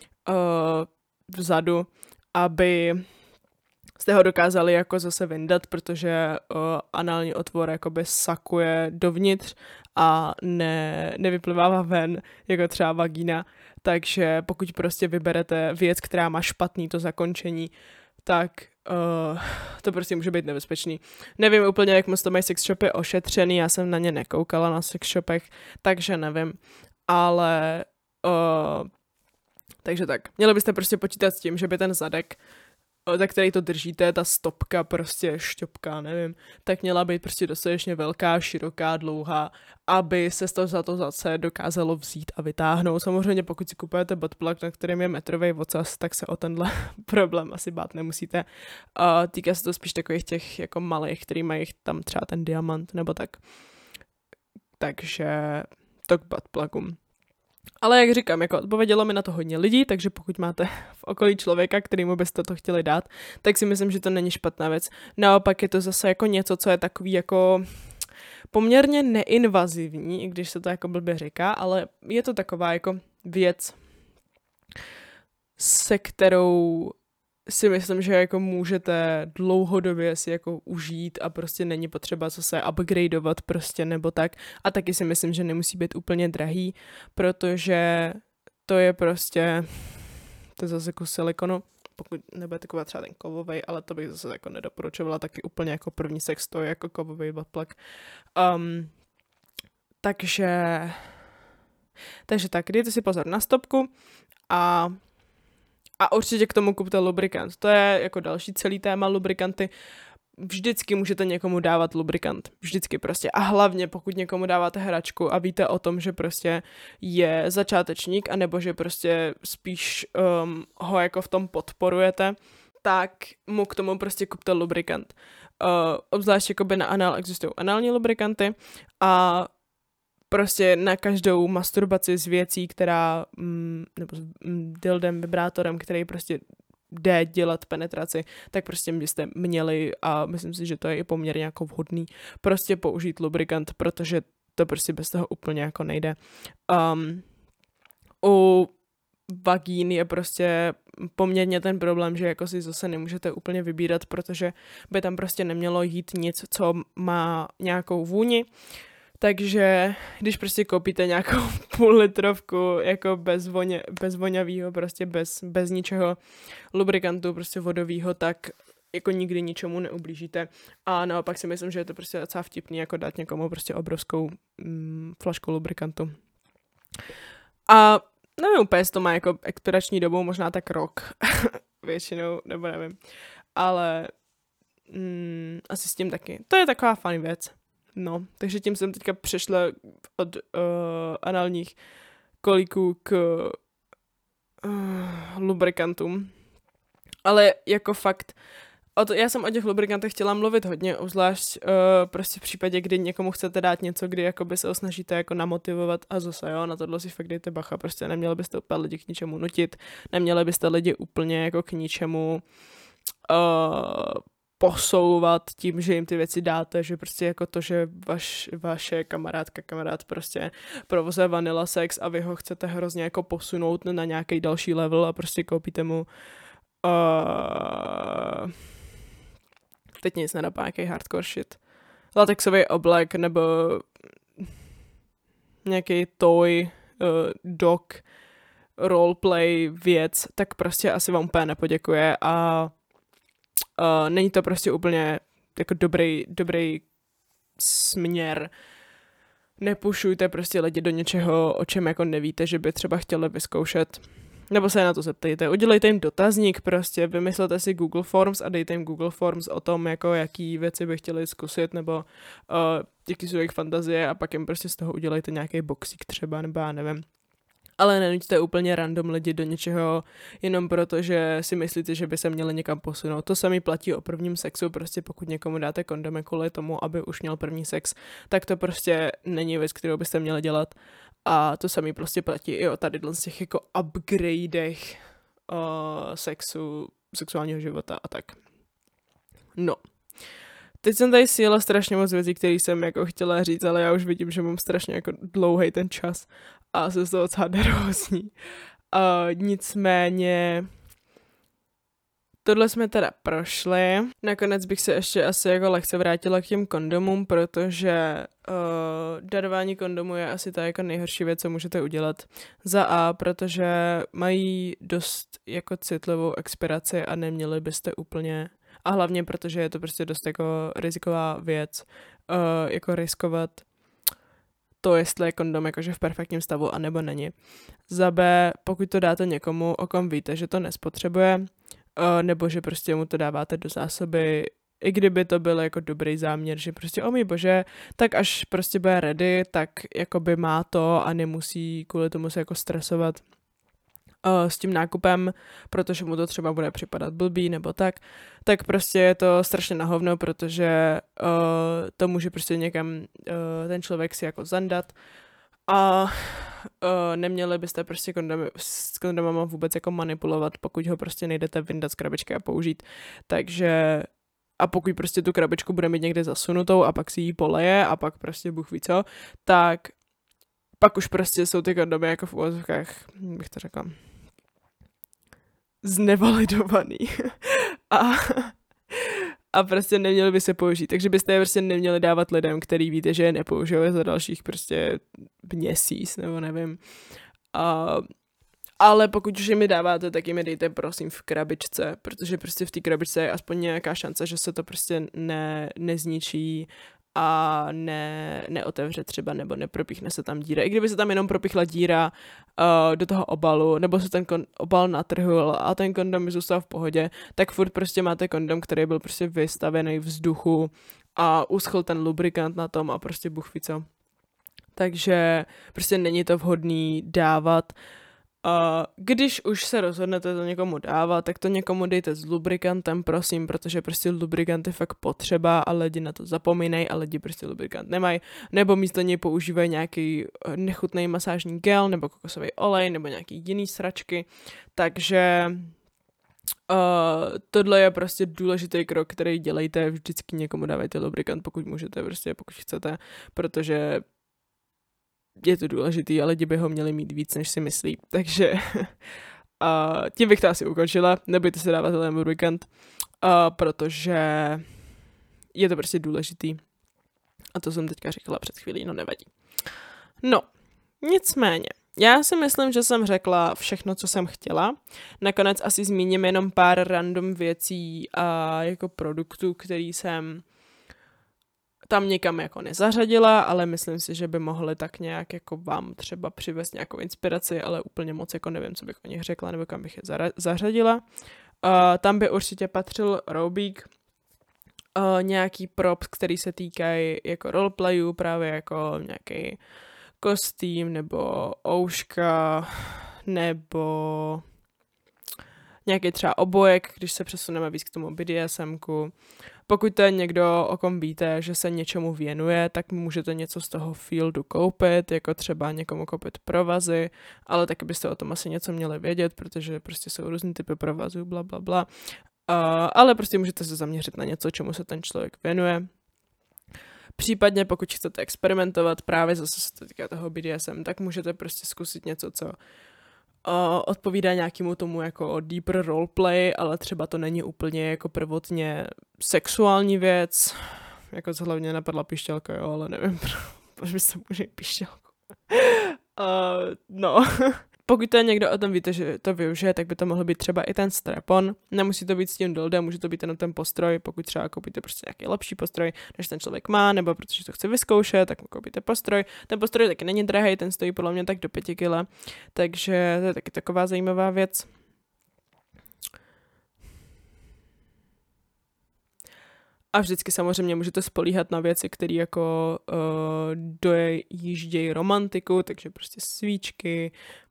vzadu, aby jste ho dokázali jako zase vyndat, protože uh, anální otvor jakoby sakuje dovnitř a ne, nevyplivává ven, jako třeba vagína, takže pokud prostě vyberete věc, která má špatný to zakončení, tak uh, to prostě může být nebezpečný. Nevím úplně, jak moc to mají sex shopy ošetřený, já jsem na ně nekoukala na sex shopech, takže nevím, ale uh, takže tak. Měli byste prostě počítat s tím, že by ten zadek, za který to držíte, ta stopka, prostě šťopka, nevím, tak měla být prostě dostatečně velká, široká, dlouhá, aby se to za to zase dokázalo vzít a vytáhnout. Samozřejmě pokud si kupujete butt plug, na kterém je metrový ocas, tak se o tenhle problém asi bát nemusíte. Uh, týká se to spíš takových těch jako malých, který mají tam třeba ten diamant nebo tak. Takže to k butt plugům. Ale jak říkám, jako odpovědělo mi na to hodně lidí, takže pokud máte v okolí člověka, kterýmu byste to chtěli dát, tak si myslím, že to není špatná věc. Naopak je to zase jako něco, co je takový jako poměrně neinvazivní, i když se to jako blbě říká, ale je to taková jako věc, se kterou si myslím, že jako můžete dlouhodobě si jako užít a prostě není potřeba zase upgradeovat prostě nebo tak. A taky si myslím, že nemusí být úplně drahý, protože to je prostě, to je zase kus silikonu, pokud nebude taková třeba ten kovovej, ale to bych zase jako nedoporučovala, taky úplně jako první sex toy, jako kovovej butt plug. Um, takže, takže tak, dejte si pozor na stopku a A určitě k tomu kupte lubrikant. To je jako další celý téma lubrikanty. Vždycky můžete někomu dávat lubrikant. Vždycky prostě. A hlavně pokud někomu dáváte hračku a víte o tom, že prostě je začátečník, anebo že prostě spíš um, ho jako v tom podporujete, tak mu k tomu prostě kupte lubrikant. Uh, obzvlášť jakoby na anál existují anální lubrikanty a prostě na každou masturbaci z věcí, která, mm, nebo s mm, dildem, vibrátorem, který prostě jde dělat penetraci, tak prostě byste měli, a myslím si, že to je i poměrně jako vhodný, prostě použít lubrikant, protože to prostě bez toho úplně jako nejde. Um, u vagín je prostě poměrně ten problém, že jako si zase nemůžete úplně vybírat, protože by tam prostě nemělo jít nic, co má nějakou vůni. Takže když prostě koupíte nějakou půl litrovku jako bez, voně, bez voňavýho, prostě bez, bez ničeho lubrikantu, prostě vodovýho, tak jako nikdy ničemu neublížíte. A naopak si myslím, že je to prostě docela vtipný, jako dát někomu prostě obrovskou mm, flašku lubrikantu. A nevím úplně, jestli to má jako expirační dobu, možná tak rok většinou, nebo nevím. Ale mm, asi s tím taky. To je taková fajn věc. No, takže tím jsem teďka přešla od uh, análních kolíků k uh, lubrikantům. Ale jako fakt, to, já jsem o těch lubrikantech chtěla mluvit hodně, obzvlášť uh, prostě v případě, kdy někomu chcete dát něco, kdy jakoby se ho snažíte jako namotivovat a zase jo, na tohle si fakt dejte bacha, prostě neměli byste úplně lidi k ničemu nutit, neměli byste lidi úplně jako k ničemu uh, posouvat tím, že jim ty věci dáte, že prostě jako to, že vaš, vaše kamarádka, kamarád prostě provozuje vanilla sex a vy ho chcete hrozně jako posunout na nějaký další level a prostě koupíte mu Uh, teď nic nenapadá, nějaký hardcore shit. Latexový oblek nebo nějaký toy, uh, dog, roleplay věc, tak prostě asi vám úplně nepoděkuje a uh, není to prostě úplně jako dobrý, dobrý směr. Nepušujte prostě lidi do něčeho, o čem jako nevíte, že by třeba chtěli vyzkoušet. Nebo se na to zeptejte. Udělejte jim dotazník prostě, vymyslete si Google Forms a dejte jim Google Forms o tom, jako jaký věci by chtěli zkusit, nebo uh, jaký jsou jejich fantazie a pak jim prostě z toho udělejte nějaký boxík třeba, nebo já nevím. Ale nenuďte úplně random lidi do něčeho jenom proto, že si myslíte, že by se měli někam posunout. To samé platí o prvním sexu, prostě pokud někomu dáte kondomy kvůli tomu, aby už měl první sex, tak to prostě není věc, kterou byste měli dělat. A to samé prostě platí i o tady z těch jako upgradech uh, sexu, sexuálního života a tak. No. Teď jsem tady sjela strašně moc věcí, které jsem jako chtěla říct, ale já už vidím, že mám strašně jako dlouhý ten čas a jsem z toho docela nervózní. Uh, nicméně tohle jsme teda prošli. Nakonec bych se ještě asi jako lehce vrátila k těm kondomům, protože uh, darování kondomů je asi ta jako nejhorší věc, co můžete udělat. Za A, protože mají dost jako citlivou expiraci a neměli byste úplně... A hlavně, protože je to prostě dost jako riziková věc, uh, jako riskovat to, jestli je kondom jakože v perfektním stavu, anebo není. Za B, pokud to dáte někomu, o kom víte, že to nespotřebuje, uh, nebo že prostě mu to dáváte do zásoby, i kdyby to byl jako dobrý záměr, že prostě, o můj bože, tak až prostě bude ready, tak jakoby má to a nemusí kvůli tomu se jako stresovat s tím nákupem, protože mu to třeba bude připadat blbý nebo tak, tak prostě je to strašně na hovno, protože uh, to může prostě někam uh, ten člověk si jako zandat a uh, neměli byste prostě kondomy, s kondomama vůbec jako manipulovat, pokud ho prostě nejdete vyndat z krabičky a použít, takže a pokud prostě tu krabičku bude mít někde zasunutou a pak si ji poleje a pak prostě Bůh ví co, tak pak už prostě jsou ty kondomy jako v uvozovkách, bych to řekla, znevalidovaný. a, a prostě neměli by se použít. Takže byste je prostě neměli dávat lidem, který víte, že je nepoužijou za dalších prostě měsíc, nebo nevím. A, ale pokud už jim je dáváte, tak jim je dejte prosím v krabičce, protože prostě v té krabičce je aspoň nějaká šance, že se to prostě ne, nezničí a ne, neotevře třeba, nebo nepropíchne se tam díra. I kdyby se tam jenom propichla díra uh, do toho obalu, nebo se ten kon- obal natrhl a ten kondom zůstal v pohodě, tak furt prostě máte kondom, který byl prostě vystavený vzduchu a uschl ten lubrikant na tom a prostě Bůh ví co. Takže prostě není to vhodný dávat. Uh, když už se rozhodnete to někomu dávat, tak to někomu dejte s lubrikantem, prosím, protože prostě lubrikant je fakt potřeba a lidi na to zapomínají a lidi prostě lubrikant nemají, nebo místo něj používají nějaký nechutný masážní gel, nebo kokosový olej, nebo nějaký jiný sračky, takže uh, tohle je prostě důležitý krok, který dělejte, vždycky někomu dávajte lubrikant, pokud můžete, prostě pokud chcete, protože je to důležitý, ale lidi by ho měli mít víc, než si myslí. Takže a tím bych to asi ukončila. Nebojte se dávat ten lubrikant, a protože je to prostě důležitý. A to jsem teďka říkala před chvílí, no nevadí. No, nicméně, já si myslím, že jsem řekla všechno, co jsem chtěla. Nakonec asi zmíním jenom pár random věcí a jako produktů, který jsem tam někam jako nezařadila, ale myslím si, že by mohli tak nějak jako vám třeba přivést nějakou inspiraci, ale úplně moc jako nevím, co bych o nich řekla, nebo kam bych je zara- zařadila. Uh, tam by určitě patřil roubík, uh, nějaký props, který se týkají jako roleplayů, právě jako nějaký kostým, nebo ouška, nebo nějaký třeba obojek, když se přesuneme víc k tomu B D S M ku. Pokud to je někdo, o kom víte, že se něčemu věnuje, tak můžete něco z toho fieldu koupit, jako třeba někomu koupit provazy, ale taky byste o tom asi něco měli vědět, protože prostě jsou různý typy provazů, bla, bla, bla. Uh, ale prostě můžete se zaměřit na něco, čemu se ten člověk věnuje. Případně pokud chcete experimentovat, právě zase se to týká toho B D S M, tak můžete prostě zkusit něco, co odpovídá nějakému tomu jako deeper roleplay, ale třeba to není úplně jako prvotně sexuální věc. Jako z hlavně napadla pišťalka, jo, ale nevím, proč by se může pišťalku. uh, no, pokud to je někdo o tom víte, že to využije, tak by to mohl být třeba i ten strap-on. Nemusí to být s tím dildem, může to být jenom ten postroj, pokud třeba koupíte prostě nějaký lepší postroj, než ten člověk má, nebo protože to chce vyzkoušet, tak mu koupíte postroj. Ten postroj taky není drahý, ten stojí podle mě tak do pěti kila, takže to je taky taková zajímavá věc. A vždycky samozřejmě můžete spolíhat na věci, které jako uh, dojíždějí romantiku, takže prostě svíčky,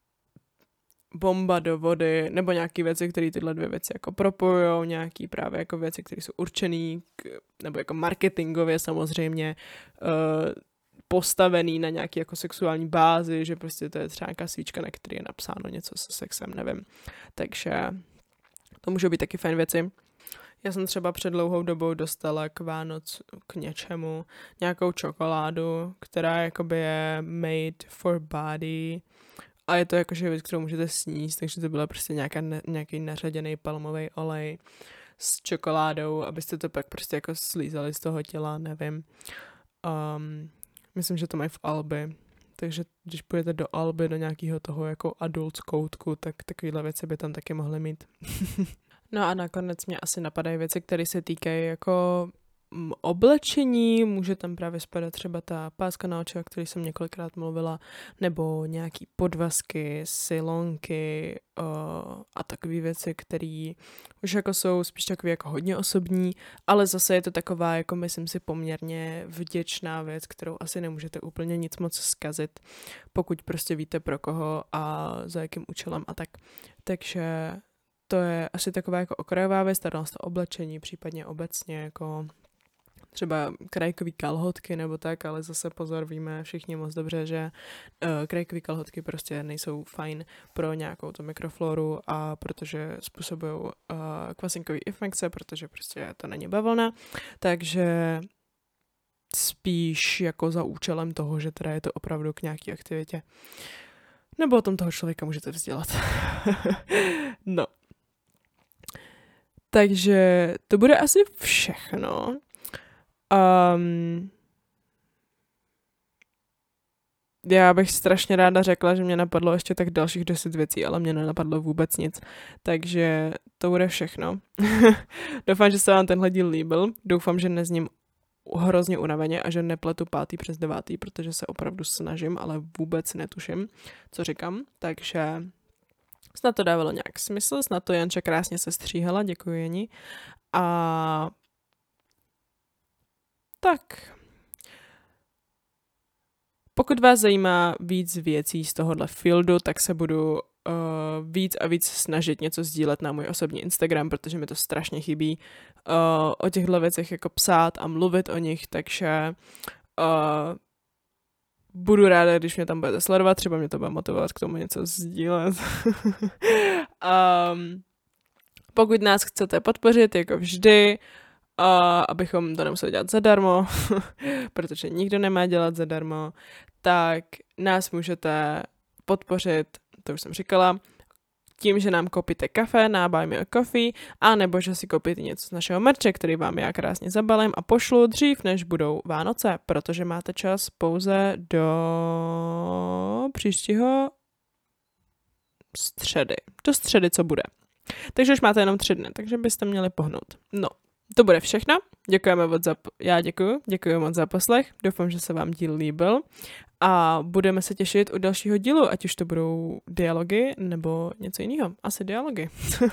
bomba do vody, nebo nějaké věci, které tyhle dvě věci jako propojujou, nějaké právě jako věci, které jsou určený, k, nebo jako marketingově samozřejmě uh, postavený na nějaký jako sexuální bázi, že prostě to je třeba nějaká svíčka, na které je napsáno něco se sexem, nevím. Takže to můžou být taky fajn věci. Já jsem třeba před dlouhou dobou dostala k Vánoc k něčemu nějakou čokoládu, která jakoby je made for body a je to jakože věc, kterou můžete sníst, takže to byla prostě nějaká, nějaký nařaděný palmový olej s čokoládou, abyste to pak prostě jako slízali z toho těla, nevím. Um, myslím, že to mají v Alby, takže když půjdete do Alby, do nějakého toho jako adult koutku, tak takovýhle věci by tam taky mohly mít. No a nakonec mě asi napadají věci, které se týkají jako oblečení, může tam právě spadat třeba ta páska na oči, o které jsem několikrát mluvila, nebo nějaký podvazky, silonky uh, a takové věci, které už jako jsou spíš takové jako hodně osobní, ale zase je to taková, jako myslím si, poměrně vděčná věc, kterou asi nemůžete úplně nic moc zkazit, pokud prostě víte pro koho a za jakým účelem a tak. Takže to je asi taková jako okrajová věc, stará to oblečení, případně obecně jako třeba krajkový kalhotky nebo tak, ale zase pozor, víme všichni moc dobře, že uh, krajkový kalhotky prostě nejsou fajn pro nějakou tu mikrofloru a protože způsobují uh, kvasinkové infekce, protože prostě to není bavlna, takže spíš jako za účelem toho, že teda je to opravdu k nějaký aktivitě. Nebo o tom toho člověka můžete vzdělat. No. Takže to bude asi všechno. Um, já bych strašně ráda řekla, že mě napadlo ještě tak dalších deset věcí, ale mě nenapadlo vůbec nic. Takže to bude všechno. Doufám, že se vám tenhle díl líbil. Doufám, že nezním hrozně unaveně a že nepletu pátý přes devátý, protože se opravdu snažím, ale vůbec netuším, co říkám. Takže snad to dávalo nějak smysl, snad to Janča krásně se stříhala, děkuji Jeni. A tak. Pokud vás zajímá víc věcí z tohohle fieldu, tak se budu uh, víc a víc snažit něco sdílet na můj osobní Instagram, protože mi to strašně chybí uh, o těchto věcech jako psát a mluvit o nich, takže uh, budu ráda, když mě tam budete sledovat, třeba mě to bude motivovat k tomu něco sdílet. um, pokud nás chcete podpořit, jako vždy, a abychom to nemuseli dělat zadarmo, protože nikdo nemá dělat zadarmo, tak nás můžete podpořit, to už jsem říkala, tím, že nám koupíte kafe na Buy Me a Coffee, a nebo že si koupíte něco z našeho merče, který vám já krásně zabalím a pošlu dřív, než budou Vánoce, protože máte čas pouze do příštího středy. Do středy, co bude. Takže už máte jenom tři dny, takže byste měli pohnout. No. To bude všechno. Děkujeme moc za... Já děkuju. Děkuju moc za poslech. Doufám, že se vám díl líbil. A budeme se těšit u dalšího dílu, ať už to budou dialogy nebo něco jiného. Asi dialogy.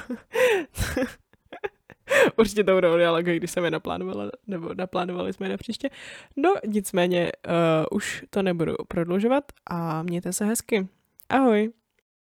Určitě to budou dialogy, když jsem je naplánovala, nebo naplánovali jsme je na příště. No, nicméně uh, už to nebudu prodlužovat a mějte se hezky. Ahoj.